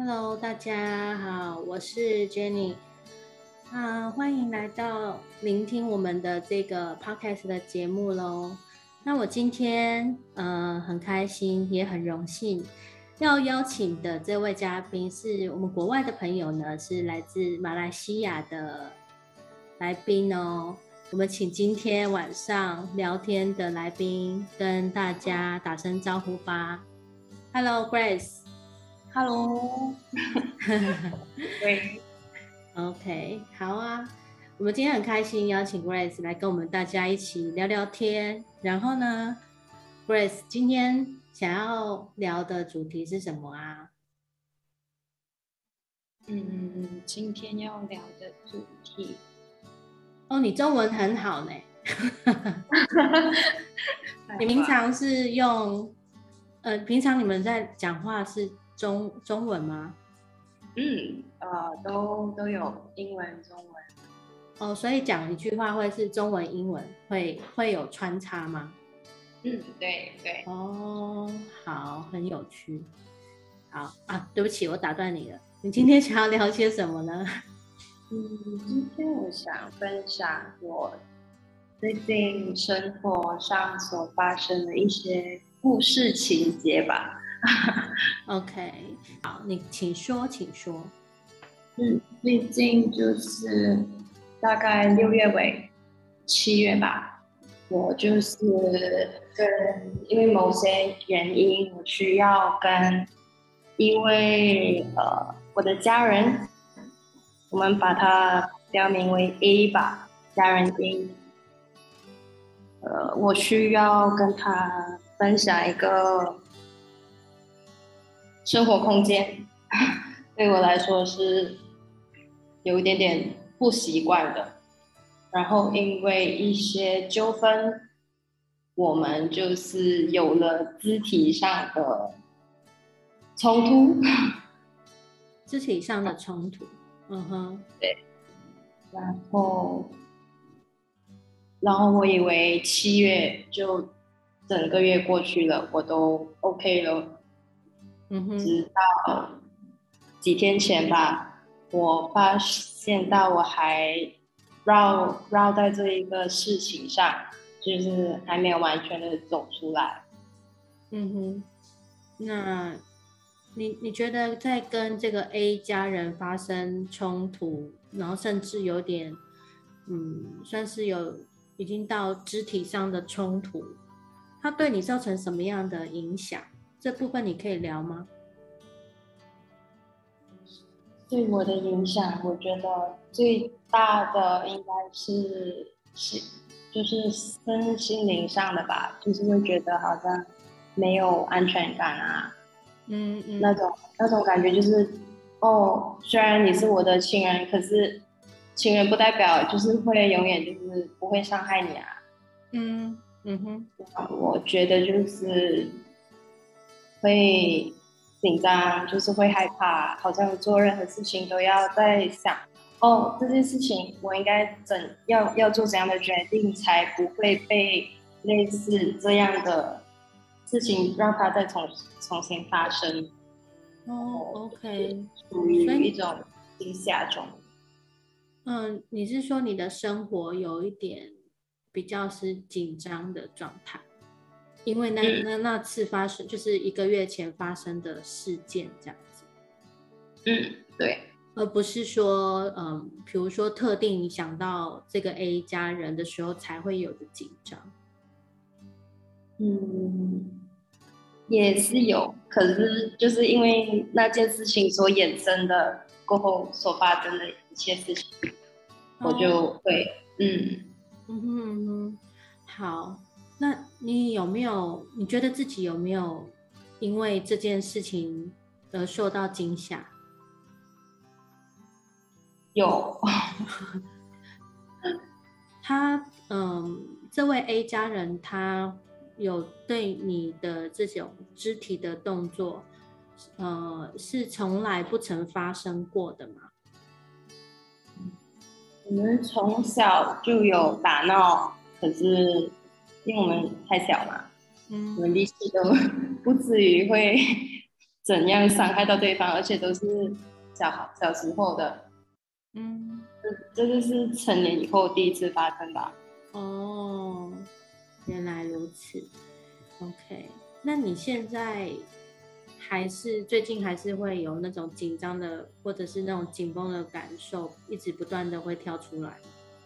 Hello，大家好，我是 Jenny，欢迎来到聆听我们的这个 podcast 的节目喽。那我今天很开心，也很荣幸要邀请的这位嘉宾是我们国外的朋友呢，是来自马来西亚的来宾哦。我们请今天晚上聊天的来宾跟大家打声招呼吧。Hello Hello，对， Grace。OK， 好啊。我们今天很开心邀请 Grace 来跟我们大家一起聊聊天。然后呢，Grace 今天想要聊的主题是什么啊？ 今天要聊的主题， 哦，你中文很好呢。你平常是用平常你们在讲话是中文吗？ 都有英文、中文。 哦，所以讲一句话会是中文、英文，会有穿插吗？ 对对。 哦，好，很有趣。好啊，对不起，我打断你了。你今天想要聊些什么呢？ 今天我想分享我最近生活上所发生的一些故事情节吧。 OK，好，你请说，请说。 最近就是大概6月尾、7月吧，我就是因为某些原因，我需要跟一位我的家人，我们把他标明为 A 吧，家人 A，我需要跟他分享一个生活空间，对我来说是有一点点不习惯的。然后因为一些纠纷，我们就是有了肢体上的冲突。 肢体上的冲突。嗯哼。 对，然后然后我以为7月就整个月过去了，我都 OK 了。 嗯哼。 直到几天前吧，我发现到我还绕在这一个事情上，就是还没有完全的走出来。 嗯哼。那你觉得在跟这个 A 家人发生冲突，然后甚至有点算是已经到肢体上的冲突，它对你造成什么样的影响？这部分你可以聊吗？ 对我的影响，我觉得最大的应该就是身心灵上的吧，就是会觉得好像没有安全感啊， 嗯嗯。 那种感觉就是，哦，虽然你是我的亲人，可是亲人不代表就是会永远就是不会伤害你啊。 嗯嗯哼。 我觉得就是会紧张，就是会害怕，好像做任何事情都要在想，哦，这件事情我应该要做怎样的决定，才不会被类似这样的事情让它再重新发生。 哦，OK。 处所以于一种惊吓中。 你是说你的生活有一点比较是紧张的状态？因为那次发生就是1个月前发生的事件这样子， 对。 而不是说比如说特定你想到这个 A 家人的时候才会有的紧张。 嗯，也是有，可是就是因为那件事情所衍生的过后所发生的一切事情，我哦。 就会嗯哼嗯哼。好，那你觉得自己有没有因为这件事情而受到惊吓？ 有。 这位 A 家人他有对你的这种肢体的动作，是从来不曾发生过的吗？ 我们从小就有打闹，可是因为我们太小嘛，我嗯们力气都不至于会怎样伤害到对方，而且都是小时候的，这就是成年以后第一次发生吧。 哦，原来如此。OK，那你现在最近还是会有那种紧张的，或者是那种紧绷的感受，一直不断的会跳出来？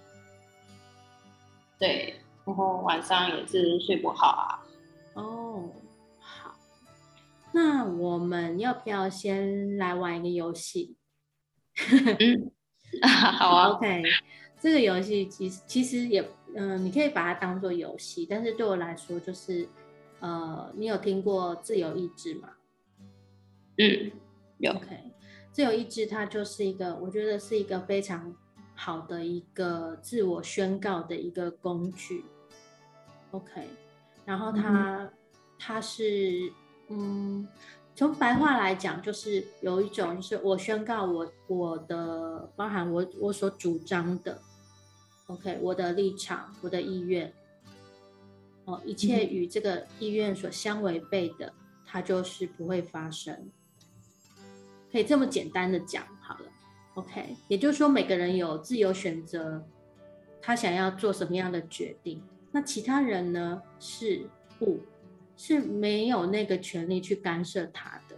对，然后晚上也是睡不好啊。 哦，好，那我们要不要先来玩一个游戏嗯，好啊。 ？OK，这个游戏其实也，你可以把它当做游戏，但是对我来说就是，你有听过自由意志吗嗯，有。 ？OK，自由意志它就是一个，我觉得是一个非常好的一个自我宣告的一个工具。OK，然后它是从白话来讲，就是有一种就是我宣告我的包含我所主张的，OK，我的立场，我的意愿，一切与这个意愿所相违背的，它就是不会发生。可以这么简单的讲好了，OK，也就是说每个人有自由选择，他想要做什么样的决定。那其他人呢是没有那个权利去干涉他的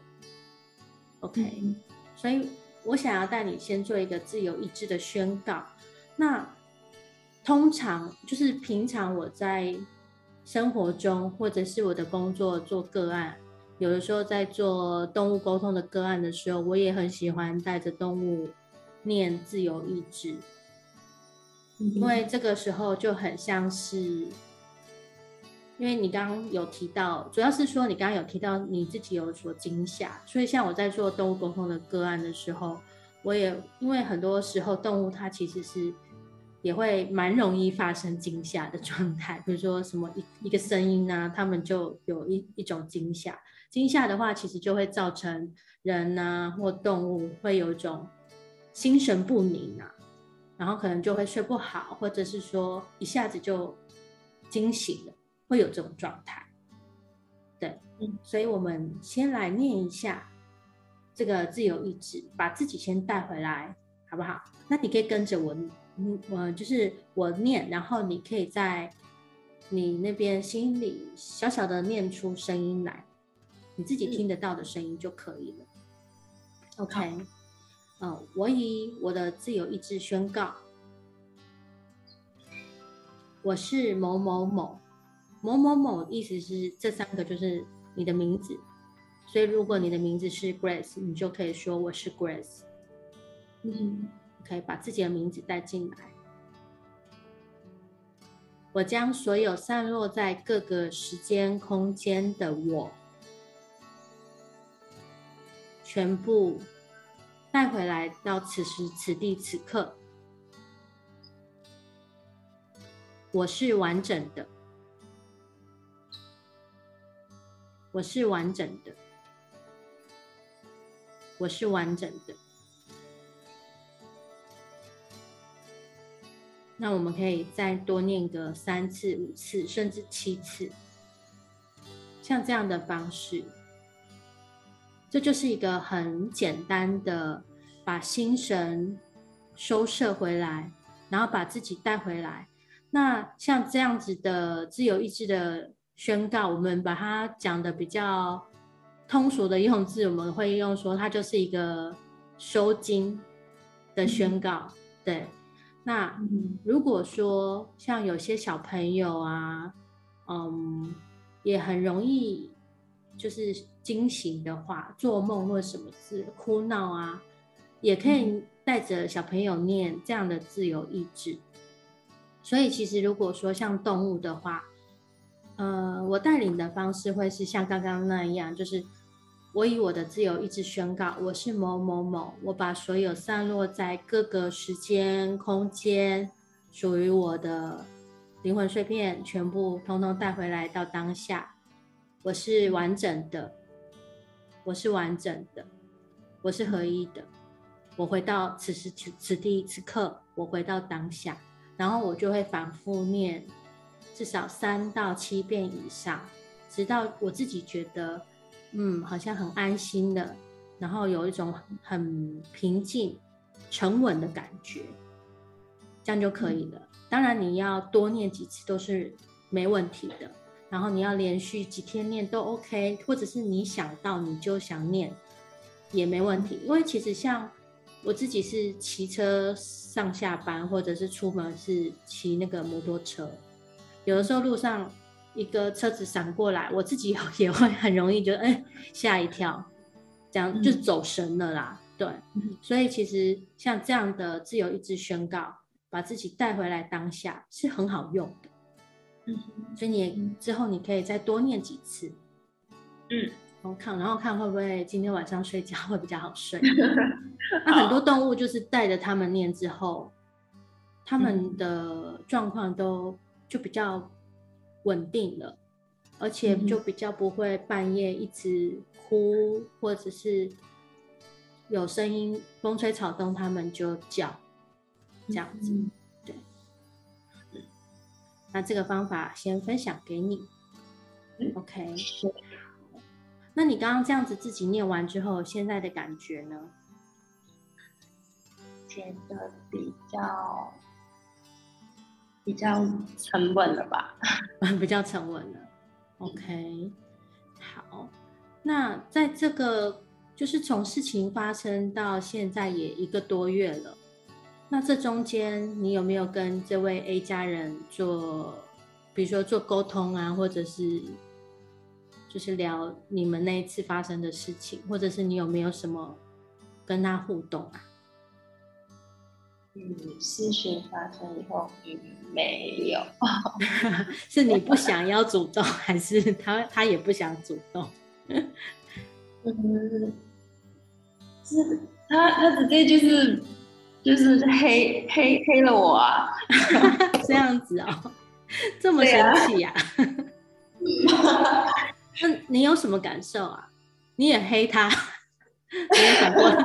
，OK。所以我想要带你先做一个自由意志的宣告。那通常就是平常我在生活中或者是我的工作做个案，有的时候在做动物沟通的个案的时候，我也很喜欢带着动物念自由意志，因为这个时候就很像是，因为你刚刚有提到，主要是说你刚刚有提到你自己有所惊吓，所以像我在做动物沟通的个案的时候，我也因为很多时候动物它其实是也会蛮容易发生惊吓的状态，比如说什么一个声音啊，他们就有一种惊吓，惊吓的话其实就会造成人啊或动物会有一种心神不宁啊，然后可能就会睡不好，或者是说一下子就惊醒了。会有这种状态，对，所以我们先来念一下这个自由意志，把自己先带回来，好不好？那你可以跟着我就是我念，然后你可以在你那边心里小小的念出声音来，你自己听得到的声音就可以了。OK，我以我的自由意志宣告，我是某某某。某某某意思是这3个就是你的名字，所以如果你的名字是 Grace， 你就可以说我是 Grace。可以把自己的名字带进来。我将所有散落在各个时间空间的我，全部带回来到此时此地此刻。我是完整的。我是完整的，我是完整的。那我们可以再多念个3次、5次，甚至7次，像这样的方式，这就是一个很简单的把心神收摄回来，然后把自己带回来。那像这样子的自由意志的宣告，我们把它讲的比较通俗的用字，我们会用说它就是一个收精的宣告。对，那如果说像有些小朋友啊，也很容易就是惊醒的话，做梦或什么字哭闹啊，也可以带着小朋友念这样的自由意志。所以其实如果说像动物的话，我带领的方式会是像刚刚那样，就是我以我的自由意志宣告，我是某某某，我把所有散落在各个时间空间属于我的灵魂碎片，全部通通带回来到当下。我是完整的，我是完整的，我是合一的。我回到此时此地此刻，我回到当下。然后我就会反复念至少3到7遍以上，直到我自己觉得好像很安心的，然后有一种很平静沉稳的感觉，这样就可以了。当然你要多念几次都是没问题的，然后你要连续几天念都 OK， 或者是你想到你就想念也没问题。因为其实像我自己是骑车上下班，或者是出门是骑那个摩托车，有的时候路上一个车子闪过来，我自己也会很容易就吓一跳，这样就走神了啦。对，所以其实像这样的自由意志宣告，把自己带回来当下是很好用的。所以你之后你可以再多念几次，然后看会不会今天晚上睡觉会比较好睡。那很多动物就是带着他们念之后，他们的状况都就比较稳定了，而且就比较不会半夜一直哭，或者是有声音风吹草动他们就叫，这样子。对，那这个方法先分享给你。OK， 那你刚刚这样子自己念完之后，现在的感觉呢？ 觉得比较沉稳了吧。 比较沉稳了。OK， 好，那在这个就是从事情发生到现在也1个多月了，那这中间你有没有跟这位 A 家人做，比如说做沟通啊，或者是就是聊你们那一次发生的事情，或者是你有没有什么跟他互动啊？ 事情发生以后，没有。 是你不想要主动，还是他也不想主动？ 是他直接就是黑了我啊。 这样子哦，这么生气呀？那你有什么感受啊？你也黑他，你也反过来？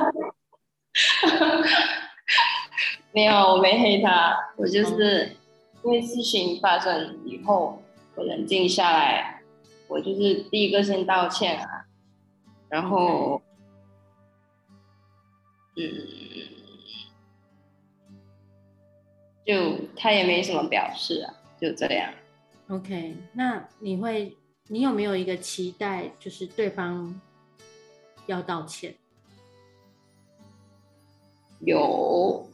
没有，我没黑他，我就是因为事情发生以后，我冷静下来，我就是第一个先道歉啊，然后就他也没什么表示啊，就这样。 OK， 那你有没有一个期待，就是对方要道歉？ 有。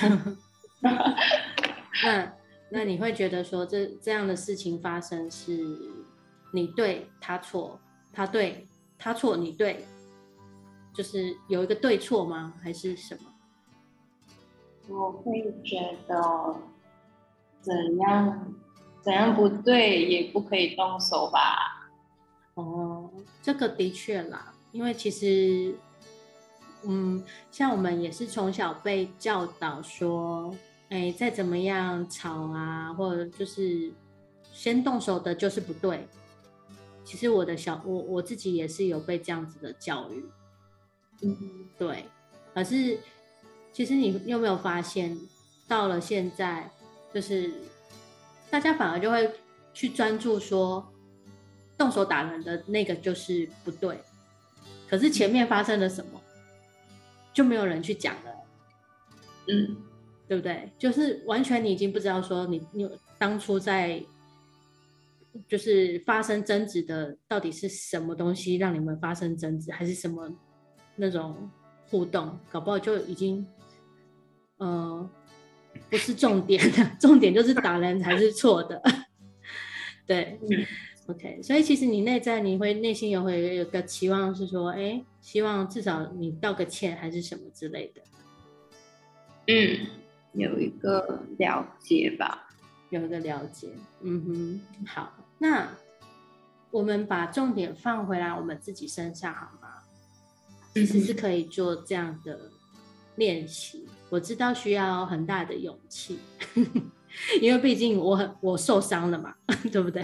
那你会觉得说这样的事情发生是你对他错，他对他错你对，就是有一个对错吗？还是什么？ 我会觉得怎样不对也不可以动手吧。 哦，这个的确啦，因为其实像我们也是从小被教导说，再怎么样吵啊，或者就是先动手的就是不对。其实我自己也是有被这样子的教育，对。可是其实你有没有发现，到了现在，就是大家反而就会去专注说，动手打人的那个就是不对，可是前面发生了什么？就没有人去讲了，对不对？就是完全你已经不知道说你当初在就是发生争执的到底是什么东西让你们发生争执，还是什么那种互动，搞不好就已经不是重点的，重点就是打人才是错的，对。OK， 所以其实你内心也会有个期望是说，希望至少你道个歉还是什么之类的。 有一个了解吧。 有一个了解。好，那我们把重点放回来我们自己身上好吗？其实是可以做这样的练习。我知道需要很大的勇气，因为毕竟我受伤了嘛，对不对？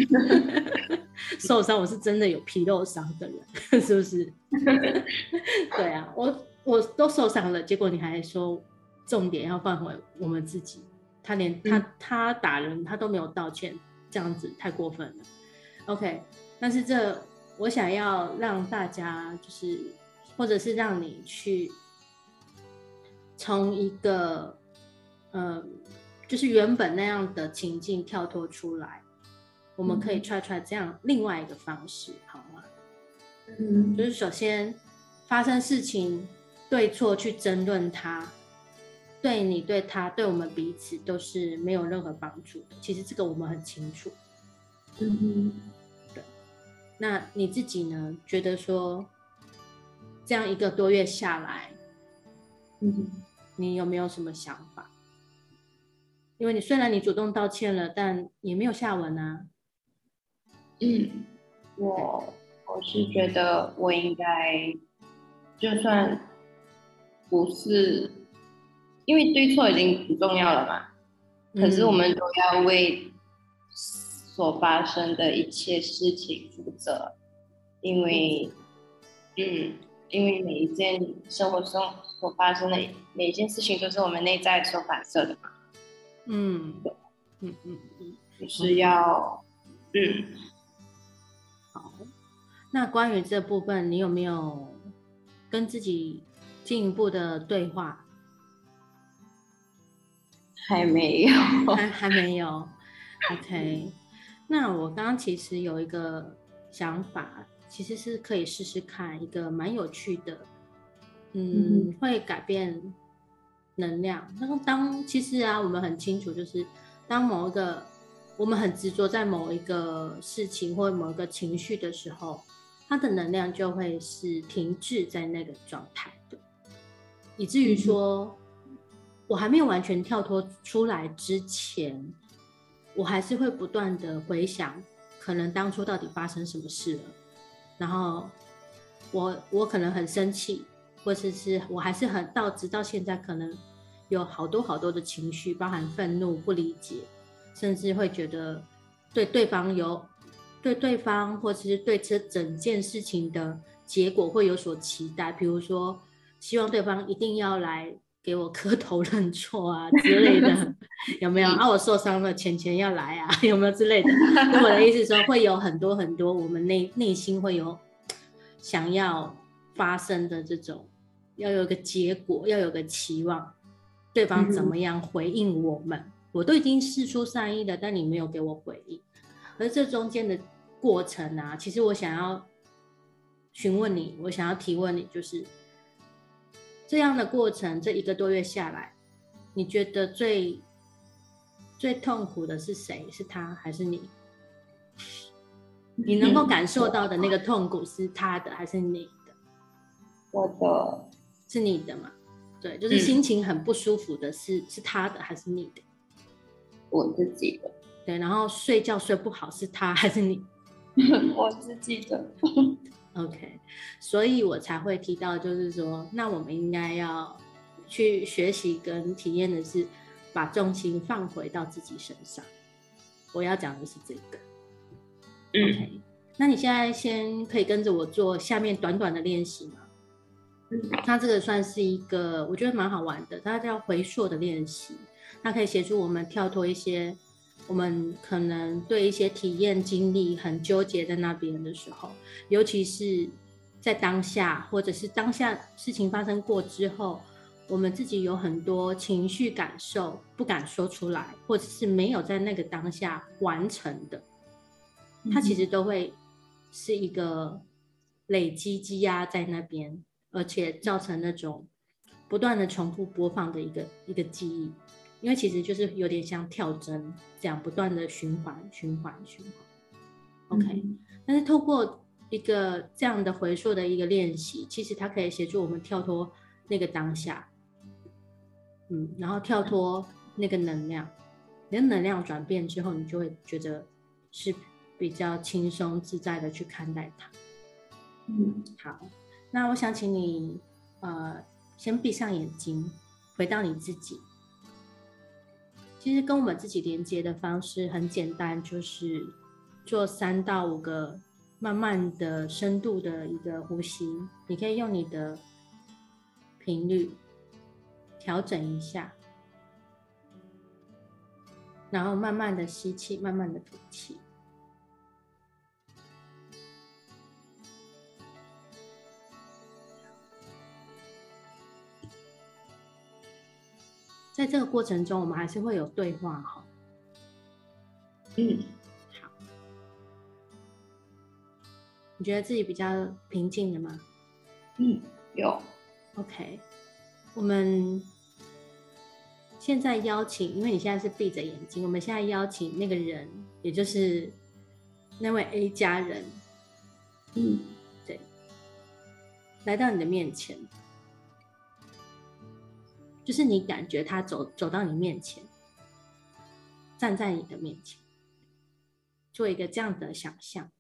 受伤，我是真的有皮肉伤的人，是不是？对啊，我都受伤了，结果你还说重点要放回我们自己，他连他打人他都没有道歉，这样子太过分了。OK， 但是我想要让大家就是或者是让你去从一个就是原本那样的情境跳脱出来，我们可以try这样另外一个方式，好吗？就是首先发生事情对错去争论它，对你对他对我们彼此都是没有任何帮助的，其实这个我们很清楚。对。那你自己呢，觉得说这样1个多月下来，你有没有什么想法？因为虽然你主动道歉了，但也没有下文啊。 我是觉得我应该，就算不是，因为对错已经不重要了嘛，可是我们都要为所发生的一切事情负责，因为每一件生活中所发生的每一件事情都是我们内在所反射的嘛。就是要好。那关于这部分，你有没有跟自己进一步的对话？ 还没有， 还没有。OK，那我刚刚其实有一个想法，其实是可以试试看一个蛮有趣的，会改变能量。其实啊，我们很清楚，就是当我们很执着在某一个事情或某一个情绪的时候，它的能量就会是停滞在那个状态的，以至于说，我还没有完全跳脱出来之前，我还是会不断的回想，可能当初到底发生什么事了，然后我可能很生气，或者是我还是直到现在可能有好多好多的情绪，包含愤怒、不理解，甚至会觉得对对方或者是对这整件事情的结果会有所期待，比如说希望对方一定要来给我磕头认错啊之类的，有没有？我受伤了，钱要来啊，有没有之类的？那我的意思说，会有很多很多我们内心会有想要发生的这种，要有个结果，要有个期望，对方怎么样回应我们？我都已经释出善意了，但你没有给我回应。而这中间的过程啊，其实我想要询问你，我想要提问你，就是这样的过程，这1个多月下来，你觉得最痛苦的是谁？是他还是你？你能够感受到的那个痛苦是他的还是你的？ 我的， 是你的嘛？对，就是心情很不舒服的是他的还是你的？ 我自己的。 对，然后睡觉睡不好是他还是你？ 我自己的。 OK， 所以我才会提到，就是说，那我们应该要去学习跟体验的是，把重心放回到自己身上。我要讲的是这个。OK， 那你现在先可以跟着我做下面短短的练习吗？它这个算是一个我觉得蛮好玩的，它叫回溯的练习，它可以协助我们跳脱一些我们可能对一些体验经历很纠结在那边的时候，尤其是在当下，或者是当下事情发生过之后，我们自己有很多情绪感受不敢说出来，或者是没有在那个当下完成的，它其实都会是一个累积积压在那边，而且造成那种不断的重复播放的一个记忆，因为其实就是有点像跳针这样不断的循环。OK， 但是透过一个这样的回溯的一个练习，其实它可以协助我们跳脱那个当下，然后跳脱那个能量，你的能量转变之后，你就会觉得是比较轻松自在的去看待它。好，那我想请你先闭上眼睛，回到你自己。其实跟我们自己连接的方式很简单，就是做3到5个慢慢的深度的一个呼吸，你可以用你的频率调整一下，然后慢慢的吸气，慢慢的吐气。 在这个过程中，我们还是会有对话哈。好，你觉得自己比较平静了吗？ 有。 OK，我们现在邀请，因为你现在是闭着眼睛，我们现在邀请那个人，也就是那位 A 家人，对，来到你的面前，就是你感觉他走到你面前，站在你的面前，做一个这样的想象。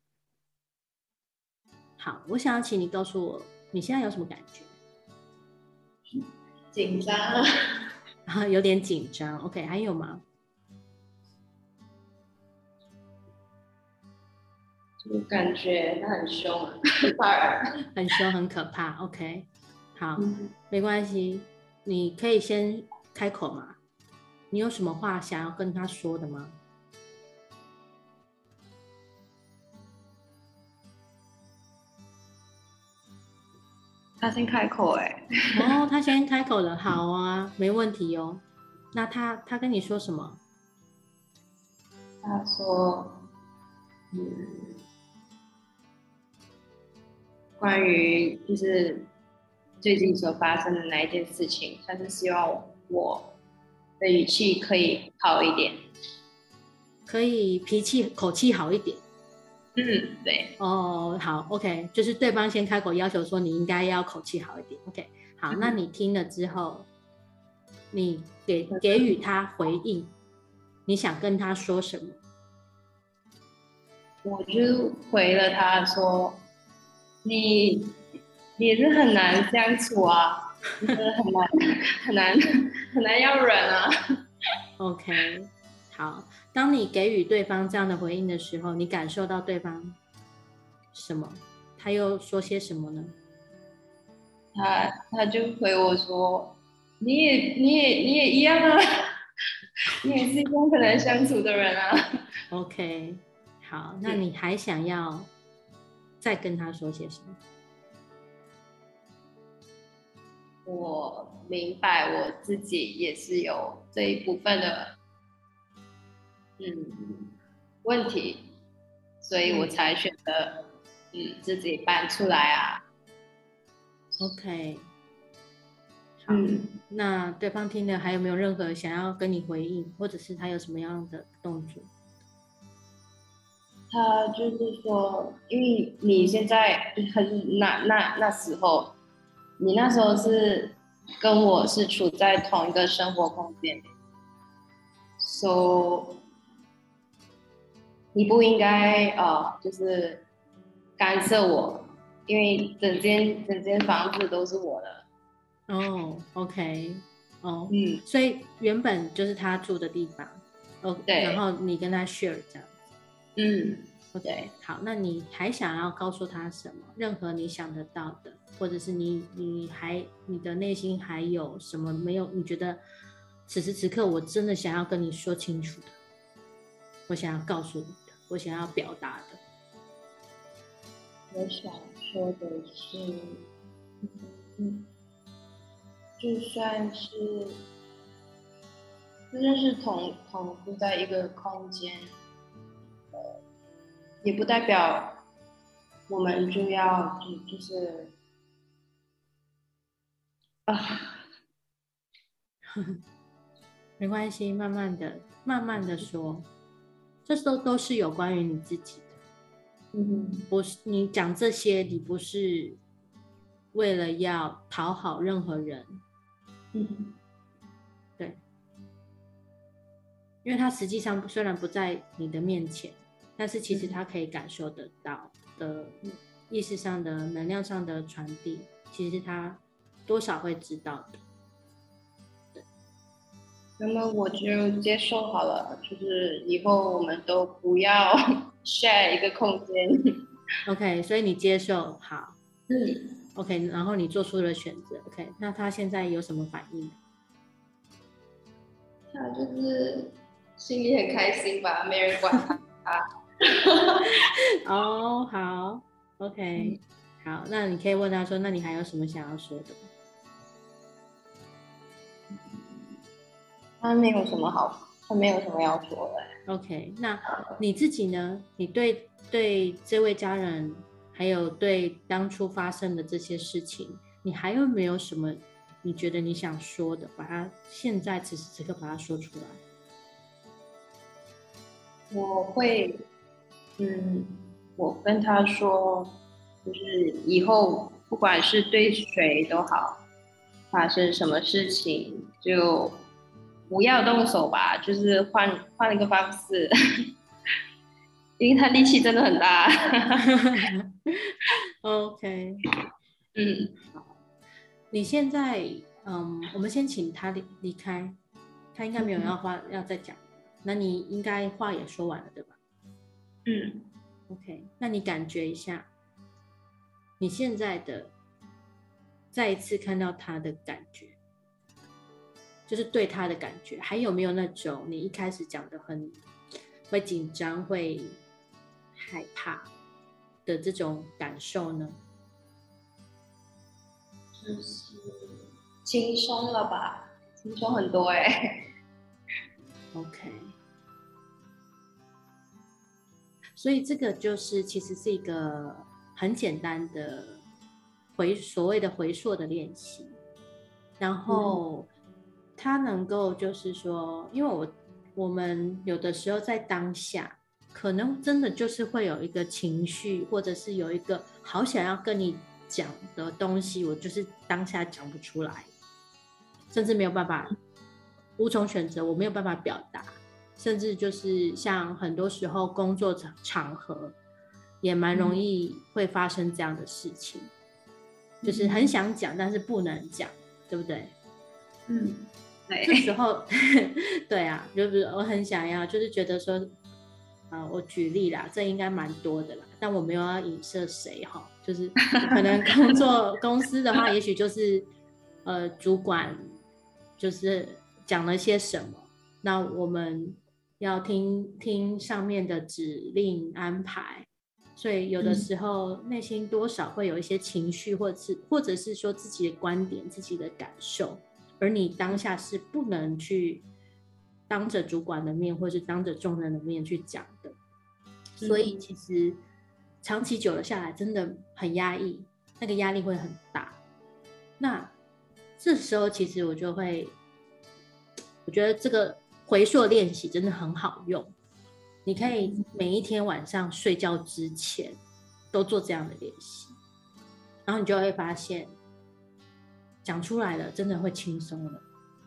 好，我想要请你告诉我，你现在有什么感觉？ 紧张。 有点紧张。OK， 还有吗？ 就感觉他很凶啊，很怕人。 很凶，很可怕。OK， 好，没关系，你可以先开口嘛。你有什么话想要跟他说的吗？ 他先开口哦，他先开口了，好啊，没问题哦。那他跟你说什么？ 他说，关于就是最近所发生的那一件事情，他是希望我的语气可以好一点， 可以脾气口气好一点。 对。 哦，好，OK，就是对方先开口要求说你应该要口气好一点。OK，好，那你听了之后，你给予他回应，你想跟他说什么？ 我就回了他说，你也是很难相处啊，就是很难很难很难要忍啊。 OK，好，当你给予对方这样的回应的时候，你感受到对方什么？他又说些什么呢？ 他就回我说，你也一样啊，你也是一个很难相处的人啊。 OK，好，那你还想要再跟他说些什么？ 我明白我自己也是有这一部分的问题，所以我才选择自己搬出来啊。 OK，好，那对方听了还有没有任何想要跟你回应，或者是他有什么样的动作？ 他就是说，因为你现在那时候，你那时候是跟我是处在同一个生活空间，so 你不应该就是干涉我，因为整间房子都是我的。 哦，OK，哦，所以原本就是他住的地方， 对， 然后你跟他 share 这样。 对。 好，那你还想要告诉他什么？任何你想得到的，或者是你的内心还有什么没有？你觉得此时此刻我真的想要跟你说清楚的，我想要告诉你的，我想要表达的。 我想说的是，就算是同住在一个空间，也不代表我们就要就是啊。 没关系，慢慢的、慢慢的说，这都是有关于你自己的。不是你讲这些，你不是为了要讨好任何人。对，因为他实际上虽然不在你的面前，但是其实他可以感受得到的意识上的、能量上的传递，其实他多少会知道的。 那么我就接受好了，就是以后我们都不要 share 一个空间。 OK，所以你接受好。OK，然后你做出了选择。OK，那他现在有什么反应？ 他就是心里很开心吧，没人管他。 哦，好，OK，好，那你可以问他说，那你还有什么想要说的吗？ 他没有什么好，他没有什么要说的。 OK，那你自己呢？你对这位家人，还有对当初发生的这些事情，你还有没有什么你觉得你想说的？把它现在此时此刻把它说出来。 我会，嗯，我跟他说，就是以后不管是对谁都好，发生什么事情就不要动手吧，就是换一个方式，因为他力气真的很大。 OK， 嗯你现在，我们先请他离开，他应该没有嗯要再讲，那你应该话也说完了，对吧嗯。 ？OK，那你感觉一下，你现在的再一次看到他的感觉，就是对他的感觉，还有没有那种你一开始讲的很会紧张、会害怕的这种感受呢就是轻松了吧，轻松很多哎。 ？OK，所以这个就是其实是一个很简单的所谓的回溯的练习，然后它能够就是说，因为我们有的时候在当下，可能真的就是会有一个情绪，或者是有一个好想要跟你讲的东西，我就是当下讲不出来，甚至没有办法，无从选择，我没有办法表达，甚至就是像很多时候工作场合，也蛮容易会发生这样的事情，就是很想讲，但是不能讲，对不对？ 嗯，对。 这时候，对啊，就是我很想要，就是觉得说，我举例啦，这应该蛮多的啦，但我没有要影射谁哈，就是可能工作公司的话，也许就是主管就是讲了些什么，那我们要听听上面的指令安排，所以有的时候内心多少会有一些情绪，或者是说自己的观点、自己的感受。而你当下是不能去当着主管的面，或是当着众人的面去讲的，所以其实长期久了下来，真的很压抑，那个压力会很大。那这时候其实我就会，我觉得这个回溯练习真的很好用，你可以每一天晚上睡觉之前都做这样的练习，然后你就会发现讲出来了，真的会轻松了。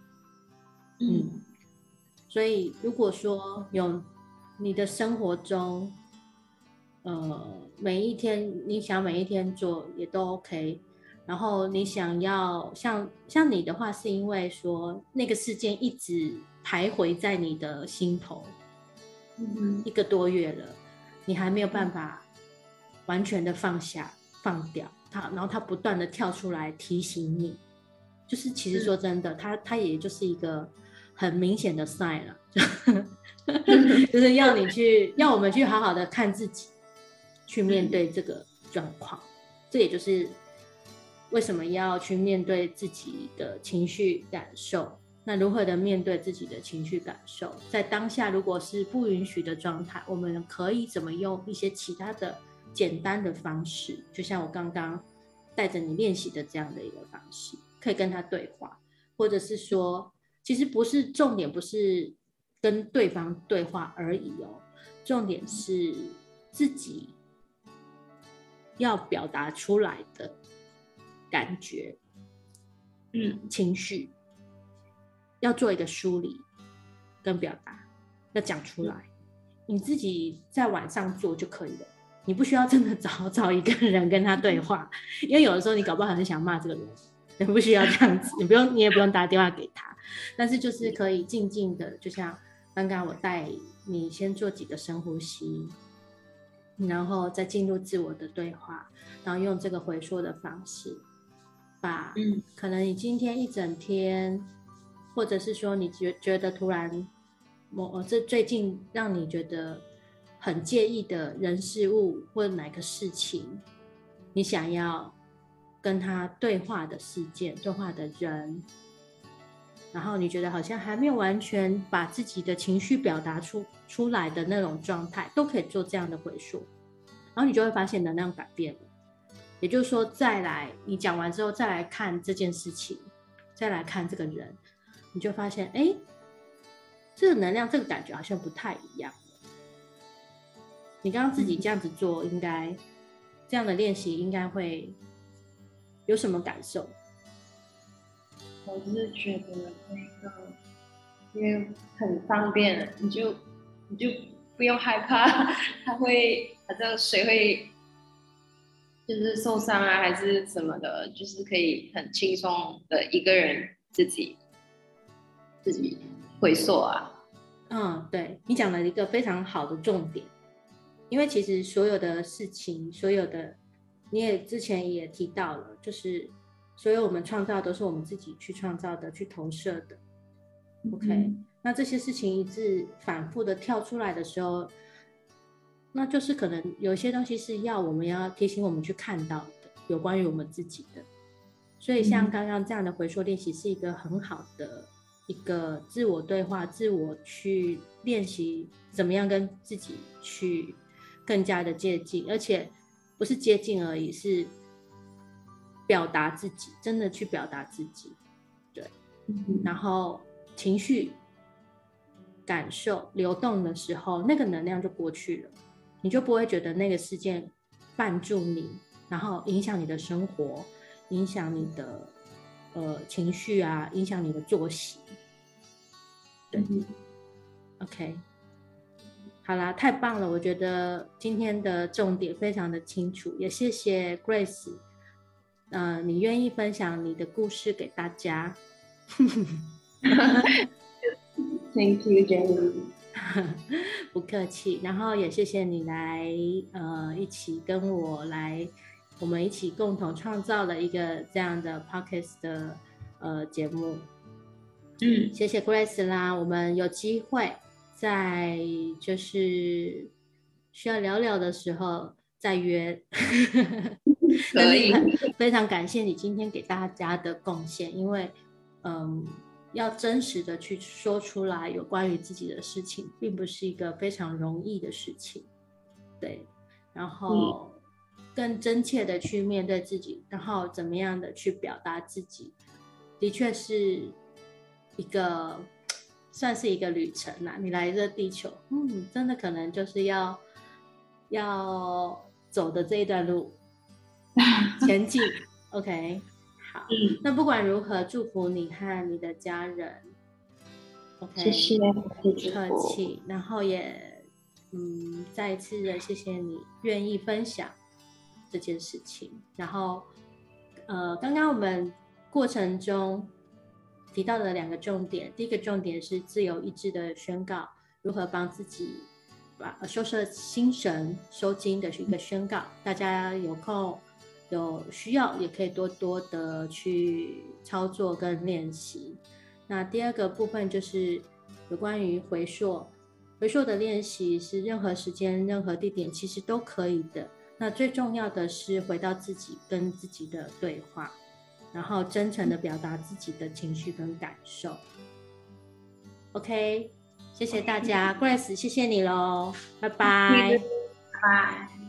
所以如果说有你的生活中，每一天你想每一天做也都 OK，然后你想要像你的话，是因为说那个事件一直徘徊在你的心头，1个多月了，你还没有办法完全的放掉它，然后它不断的跳出来提醒你，就是其实说真的，它也就是一个很明显的 sign 了，就是要我们去好好的看自己，去面对这个状况。这也就是为什么要去面对自己的情绪感受。那如何的面对自己的情绪感受？在当下如果是不允许的状态，我们可以怎么用一些其他的简单的方式，就像我刚刚带着你练习的这样的一个方式，可以跟他对话，或者是说，其实不是重点，不是跟对方对话而已哦，重点是自己要表达出来的感觉，情绪。要做一个梳理跟表达，要讲出来，你自己在晚上做就可以了，你不需要真的找一个人跟他对话，因为有的时候你搞不好很想骂这个人，你不需要这样子，你也不用打电话给他，但是就是可以静静的，就像刚刚我带你先做几个深呼吸，然后再进入自我的对话，然后用这个回溯的方式，把可能你今天一整天。或者是说你觉得突然这最近让你觉得很介意的人事物或哪个事情，你想要跟他对话的事件、对话的人， 然后你觉得好像还没有完全把自己的情绪表达出来的那种状态，都可以做这样的回溯，然后你就会发现能量改变了。也就是说，再来你讲完之后，再来看这件事情，再来看这个人，你就发现，哎，这个能量，这个感觉好像不太一样。你刚刚自己这样子做，应该这样的练习应该会有什么感受？ 我是觉得那个，因为很方便，你就不用害怕，它会好像水会就是受伤啊，还是什么的，就是可以很轻松的一个人自己回溯啊。 对，你讲了一个非常好的重点，因为其实所有的事情，所有的你也之前也提到了，就是所有我们创造都是我们自己去创造的，去投射的。OK，那这些事情一直反复的跳出来的时候，那就是可能有些东西是我们要提醒我们去看到的，有关于我们自己的。所以像刚刚这样的回溯练习是一个很好的一个自我对话，自我去练习怎么样跟自己去更加的接近，而且不是接近而已，是表达自己，真的去表达自己。对，然后情绪感受流动的时候，那个能量就过去了，你就不会觉得那个事件绊住你，然后影响你的生活，影响你的情绪啊，影响你的作息。对，OK， 好啦，太棒了，我觉得今天的重点非常的清楚，也谢谢 Grace，你愿意分享你的故事给大家。 Thank you, Jenny。 不客气，然后也谢谢你来一起跟我来，我们一起共同创造了一个这样的 podcast 的节目。谢谢 Grace 啦，我们有机会在就是需要聊聊的时候再约。但可以。 是非常感谢你今天给大家的贡献，因为要真实的去说出来有关于自己的事情，并不是一个非常容易的事情。对，然后更真切的去面对自己，然后怎么样的去表达自己，的确是算是一个旅程啦。你来这地球，真的可能就是要走的这一段路前进。OK， 好，那不管如何，祝福你和你的家人。OK， 谢谢， 不客气。然后也再一次的谢谢你愿意分享这件事情。然后刚刚我们过程中提到的2个重点，第一个重点是自由意志的宣告，如何帮自己收摄心神、收精的是一个宣告。大家有空有需要也可以多多的去操作跟练习。那第2个部分就是有关于回溯的练习，是任何时间、任何地点其实都可以的。那最重要的是回到自己跟自己的对话，然后真诚的表达自己的情绪跟感受。OK， 谢谢大家，Grace， 谢谢你咯，拜拜。 拜拜。